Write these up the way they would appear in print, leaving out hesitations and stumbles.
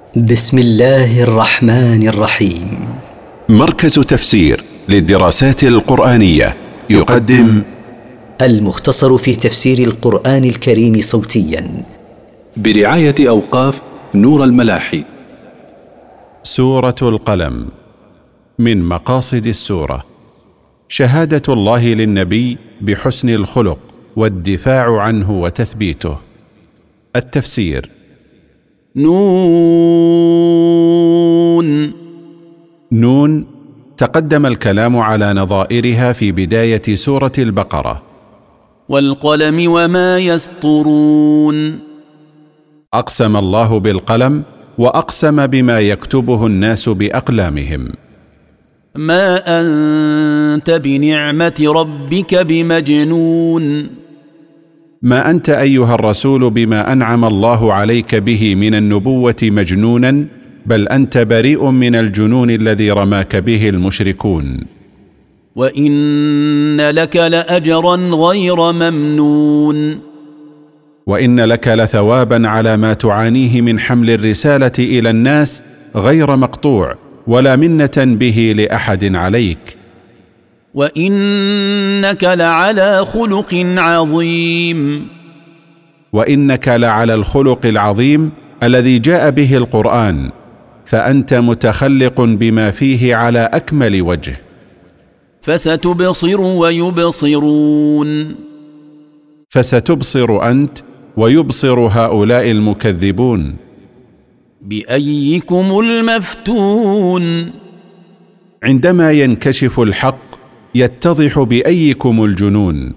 بسم الله الرحمن الرحيم. مركز تفسير للدراسات القرآنية يقدم المختصر في تفسير القرآن الكريم صوتيا برعاية أوقاف نور الملاحي. سورة القلم. من مقاصد السورة شهادة الله للنبي بحسن الخلق والدفاع عنه وتثبيته. التفسير: نون تقدم الكلام على نظائرها في بداية سورة البقرة. والقلم وما يسطرون. أقسم الله بالقلم وأقسم بما يكتبه الناس بأقلامهم. ما أنت بنعمة ربك بمجنون. ما أنت أيها الرسول بما أنعم الله عليك به من النبوة مجنونا، بل أنت بريء من الجنون الذي رماك به المشركون. وإن لك لأجرا غير ممنون. وإن لك لثوابا على ما تعانيه من حمل الرسالة إلى الناس غير مقطوع، ولا منة به لأحد عليك. وإنك لعلى خلق عظيم. وإنك لعلى الخلق العظيم الذي جاء به القرآن، فأنت متخلق بما فيه على أكمل وجه. فستبصر ويبصرون. فستبصر أنت ويبصر هؤلاء المكذبون. بأيكم المفتون. عندما ينكشف الحق يتضح بأيكم الجنون.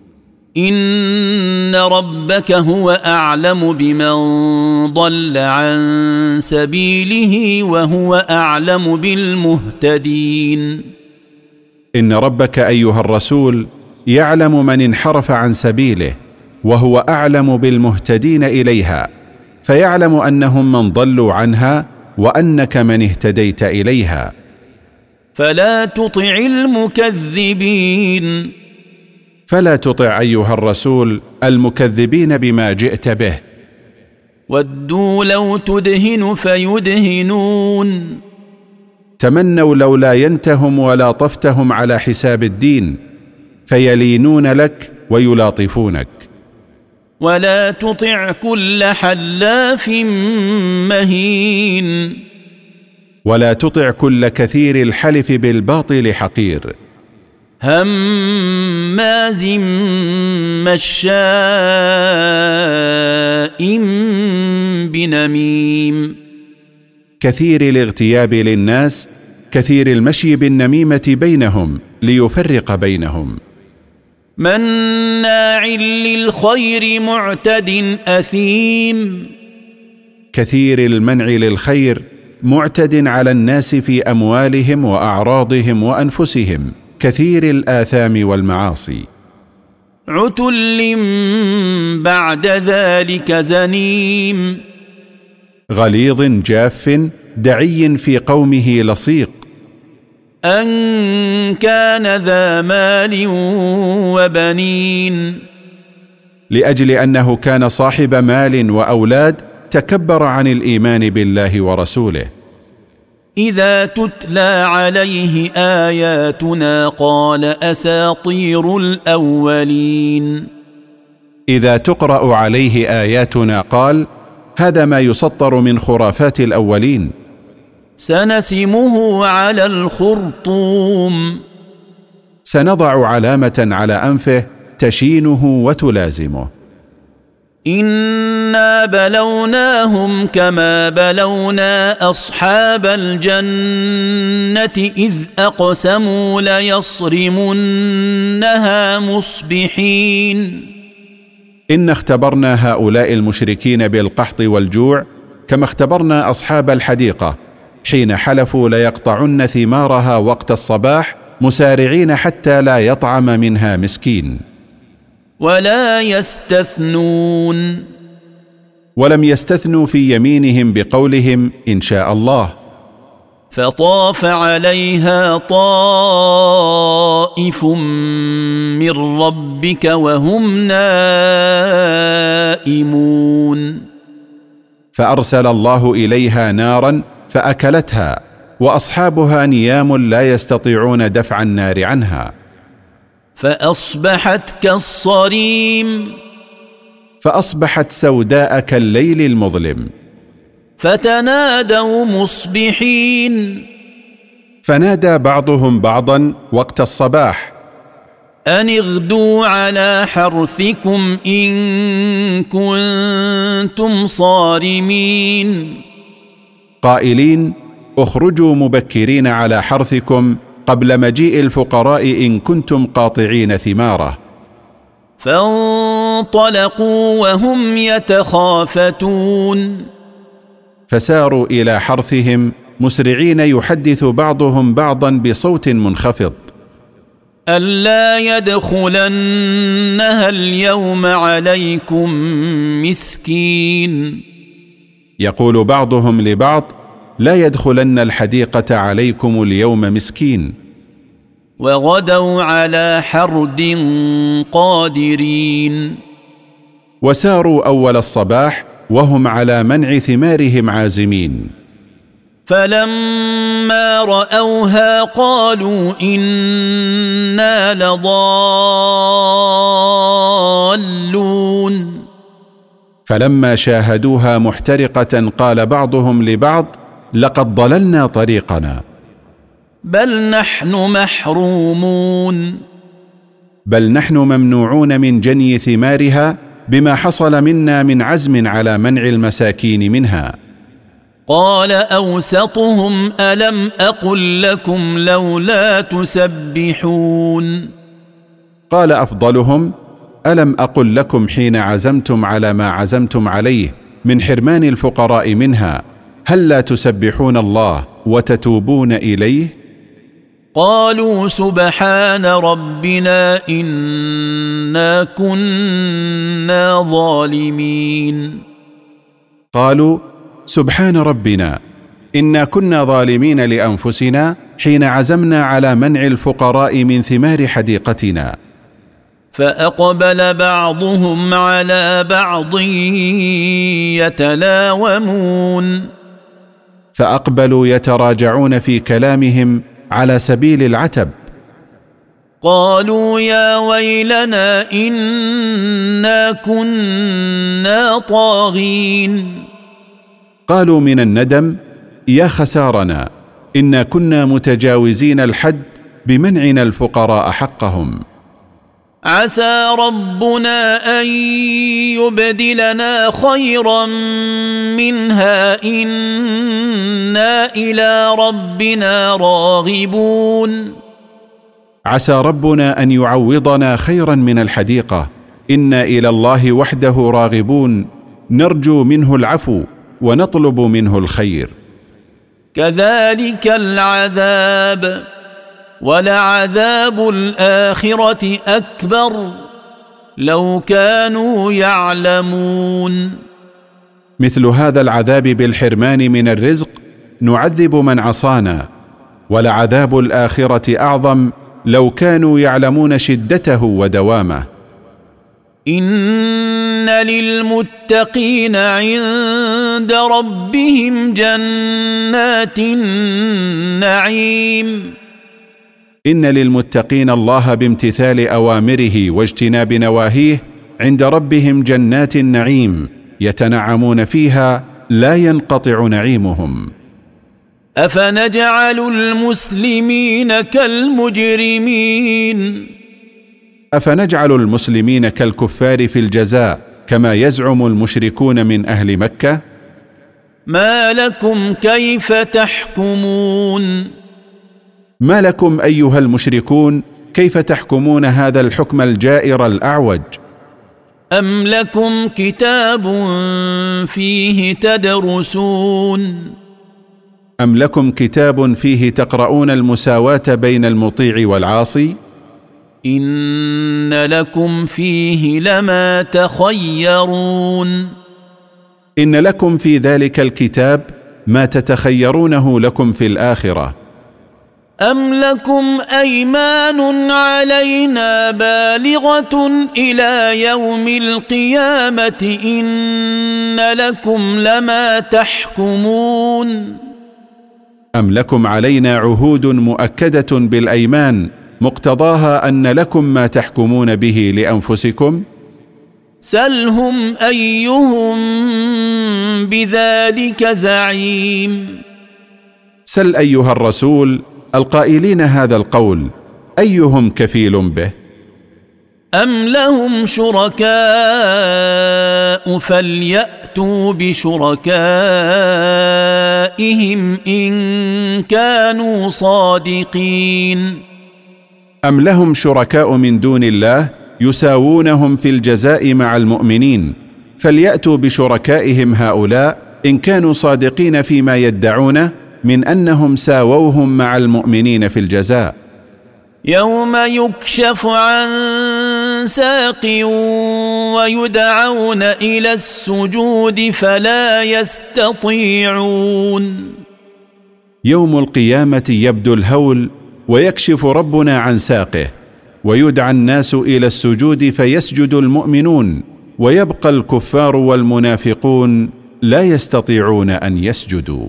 إن ربك هو أعلم بمن ضل عن سبيله وهو أعلم بالمهتدين. إن ربك أيها الرسول يعلم من انحرف عن سبيله، وهو أعلم بالمهتدين إليها، فيعلم أنهم من ضلوا عنها وأنك من اهتديت إليها. فلا تطع المكذبين. فلا تطع أيها الرسول المكذبين بما جئت به. ودوا لو تدهن فيدهنون. تمنوا لولا ينتهم ولاطفتهم على حساب الدين، فيلينون لك ويلاطفونك. ولا تطع كل حلاف مهين. ولا تطع كل كثير الحلف بالباطل حقير. هماز مشاء بنميم. كثير الاغتياب للناس، كثير المشي بالنميمة بينهم ليفرق بينهم. مناع للخير معتد أثيم. كثير المنع للخير، معتد على الناس في أموالهم وأعراضهم وأنفسهم، كثير الآثام والمعاصي. عتل بعد ذلك زنيم. غليظ جاف دعي في قومه لصيق. أن كان ذا مال وبنين. لأجل أنه كان صاحب مال وأولاد تكبر عن الإيمان بالله ورسوله. إذا تتلى عليه آياتنا قال أساطير الأولين. إذا تقرأ عليه آياتنا قال هذا ما يسطر من خرافات الأولين. سنسمه على الخرطوم. سنضع علامة على أنفه تشينه وتلازمه. إنا بلوناهم كما بلونا أصحاب الجنة إذ أقسموا ليصرمنها مصبحين. إن اختبرنا هؤلاء المشركين بالقحط والجوع كما اختبرنا أصحاب الحديقة حين حلفوا ليقطعن ثمارها وقت الصباح، مسارعين حتى لا يطعم منها مسكين. ولا يستثنون. ولم يستثنوا في يمينهم بقولهم إن شاء الله. فطاف عليها طائف من ربك وهم نائمون. فأرسل الله إليها نارا فأكلتها، وأصحابها نيام لا يستطيعون دفع النار عنها. فأصبحت كالصريم، فأصبحت سوداء كالليل المظلم. فتنادوا مصبحين، فنادى بعضهم بعضا وقت الصباح: أن اغدوا على حرثكم إن كنتم صارمين، قائلين: اخرجوا مبكرين على حرثكم قبل مجيء الفقراء إن كنتم قاطعين ثماره. فانطلقوا وهم يتخافتون، فساروا إلى حرثهم مسرعين يحدث بعضهم بعضا بصوت منخفض: ألا يدخلنها اليوم عليكم مسكين. يقول بعضهم لبعض: لا يدخلن الحديقة عليكم اليوم مسكين. وغدوا على حرد قادرين، وساروا أول الصباح وهم على منع ثمارهم عازمين. فلما رأوها قالوا إنا لضالون. فلما شاهدوها محترقة قال بعضهم لبعض: لقد ضللنا طريقنا. بل نحن محرومون، بل نحن ممنوعون من جني ثمارها بما حصل منا من عزم على منع المساكين منها. قال أوسطهم ألم أقل لكم لولا تسبحون. قال أفضلهم: ألم أقل لكم حين عزمتم على ما عزمتم عليه من حرمان الفقراء منها هل لا تسبحون الله وتتوبون إليه؟ قالوا سبحان ربنا إنا كنا ظالمين. قالوا سبحان ربنا إنا كنا ظالمين لأنفسنا حين عزمنا على منع الفقراء من ثمار حديقتنا. فأقبل بعضهم على بعض يتلاومون، فأقبلوا يتراجعون في كلامهم على سبيل العتب. قالوا يا ويلنا إنا كنا طاغين. قالوا من الندم: يا خسارنا إنا كنا متجاوزين الحد بمنعنا الفقراء حقهم. عسى ربنا أن يبدلنا خيرا منها إنا إلى ربنا راغبون. عسى ربنا أن يعوضنا خيرا من الحديقة، إنا إلى الله وحده راغبون، نرجو منه العفو ونطلب منه الخير. كذلك العذاب ولعذاب الآخرة أكبر لو كانوا يعلمون. مثل هذا العذاب بالحرمان من الرزق نعذب من عصانا، ولعذاب الآخرة أعظم لو كانوا يعلمون شدته ودوامه. إن للمتقين عند ربهم جنات النعيم. إن للمتقين الله بامتثال أوامره واجتناب نواهيه عند ربهم جنات النعيم يتنعمون فيها لا ينقطع نعيمهم. أفنجعل المسلمين كالمجرمين. أفنجعل المسلمين كالكفار في الجزاء كما يزعم المشركون من أهل مكة؟ ما لكم كيف تحكمون؟ ما لكم أيها المشركون كيف تحكمون هذا الحكم الجائر الأعوج؟ أم لكم كتاب فيه تدرسون؟ أم لكم كتاب فيه تقرؤون المساواة بين المطيع والعاصي؟ إن لكم فيه لما تخيرون. إن لكم في ذلك الكتاب ما تتخيرونه لكم في الآخرة. أم لكم أيمان علينا بالغة إلى يوم القيامة إن لكم لما تحكمون أم لكم علينا عهود مؤكدة بالأيمان مقتضاها أن لكم ما تحكمون به لأنفسكم؟ سلهم أيهم بذلك زعيم. سل أيها الرسول القائلين هذا القول أيهم كفيل به؟ أم لهم شركاء فليأتوا بشركائهم إن كانوا صادقين. أم لهم شركاء من دون الله يساوونهم في الجزاء مع المؤمنين، فليأتوا بشركائهم هؤلاء إن كانوا صادقين فيما يدعونه من أنهم ساووهم مع المؤمنين في الجزاء. يوم يكشف عن ساق ويدعون إلى السجود فلا يستطيعون. يوم القيامة يبدو الهول ويكشف ربنا عن ساقه ويدعى الناس إلى السجود فيسجد المؤمنون، ويبقى الكفار والمنافقون لا يستطيعون أن يسجدوا.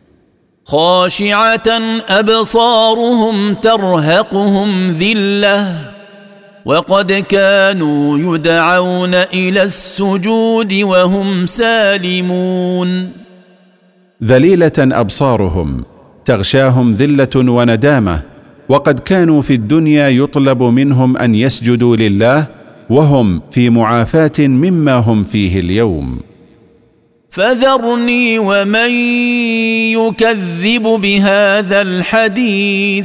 خاشعة أبصارهم ترهقهم ذلة وقد كانوا يدعون إلى السجود وهم سالمون. ذليلة أبصارهم تغشاهم ذلة وندامة، وقد كانوا في الدنيا يطلب منهم أن يسجدوا لله وهم في معافاة مما هم فيه اليوم. فذرني ومن يكذب بهذا الحديث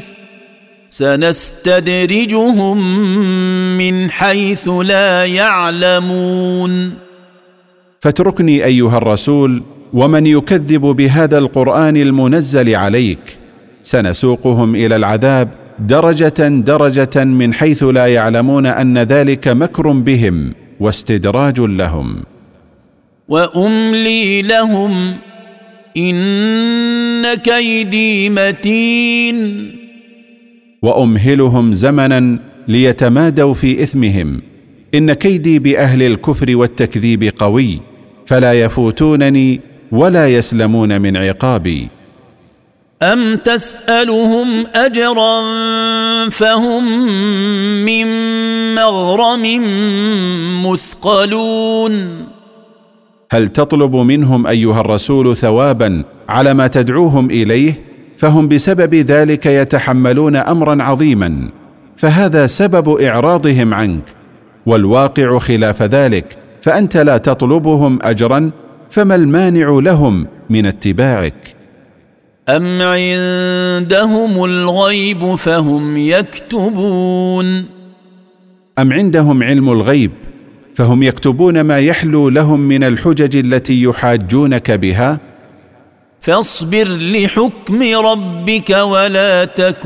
سنستدرجهم من حيث لا يعلمون. فاتركني أيها الرسول ومن يكذب بهذا القرآن المنزل عليك، سنسوقهم إلى العذاب درجة درجة من حيث لا يعلمون أن ذلك مكر بهم واستدراج لهم. وأملي لهم إن كيدي متين. وأمهلهم زمنا ليتمادوا في إثمهم، إن كيدي بأهل الكفر والتكذيب قوي، فلا يفوتونني ولا يسلمون من عقابي. أم تسألهم أجرا فهم من مغرم مثقلون. هل تطلب منهم أيها الرسول ثوابا على ما تدعوهم إليه؟ فهم بسبب ذلك يتحملون أمرا عظيما، فهذا سبب إعراضهم عنك، والواقع خلاف ذلك، فأنت لا تطلبهم أجرا، فما المانع لهم من اتباعك؟ أم عندهم الغيب فهم يكتبون. أم عندهم علم الغيب فهم يكتبون ما يحلو لهم من الحجج التي يحاجونك بها؟ فاصبر لحكم ربك ولا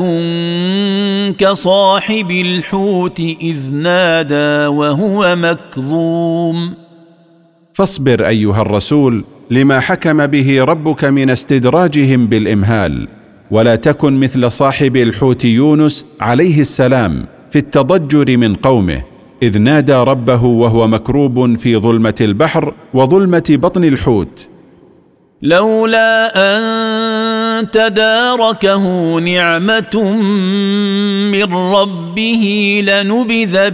تكن كصاحب الحوت إذ نادى وهو مكظوم. فاصبر أيها الرسول لما حكم به ربك من استدراجهم بالإمهال، ولا تكن مثل صاحب الحوت يونس عليه السلام في التضجر من قومه إذ نادى ربه وهو مكروب في ظلمة البحر وظلمة بطن الحوت. لولا أن تداركه نعمة من ربه لنبذ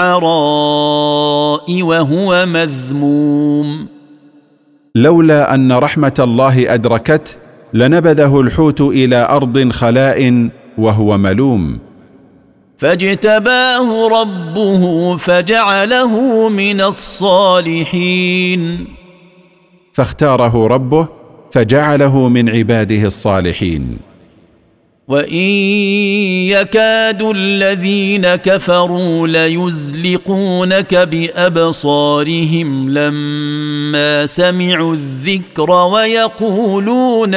بالعراء وهو مذموم. لولا أن رحمة الله أدركته لنبذه الحوت إلى أرض خلاء وهو ملوم. فاجتباه ربه فجعله من الصالحين. فاختاره ربه فجعله من عباده الصالحين. وإن يكاد الذين كفروا ليزلقونك بأبصارهم لما سمعوا الذكر ويقولون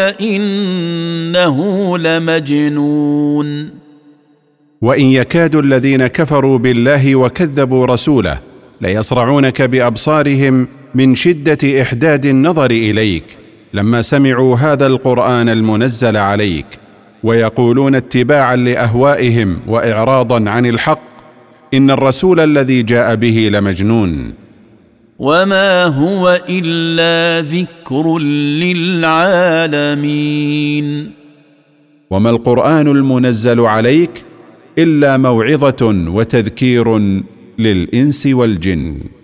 إنه لمجنون. وإن يكاد الذين كفروا بالله وكذبوا رسوله ليصرعونك بأبصارهم من شدة إحداد النظر إليك لما سمعوا هذا القرآن المنزل عليك، ويقولون اتباعا لأهوائهم وإعراضا عن الحق: إن الرسول الذي جاء به لمجنون. وما هو إلا ذكر للعالمين. وما القرآن المنزل عليك إلا موعظة وتذكير للإنس والجن.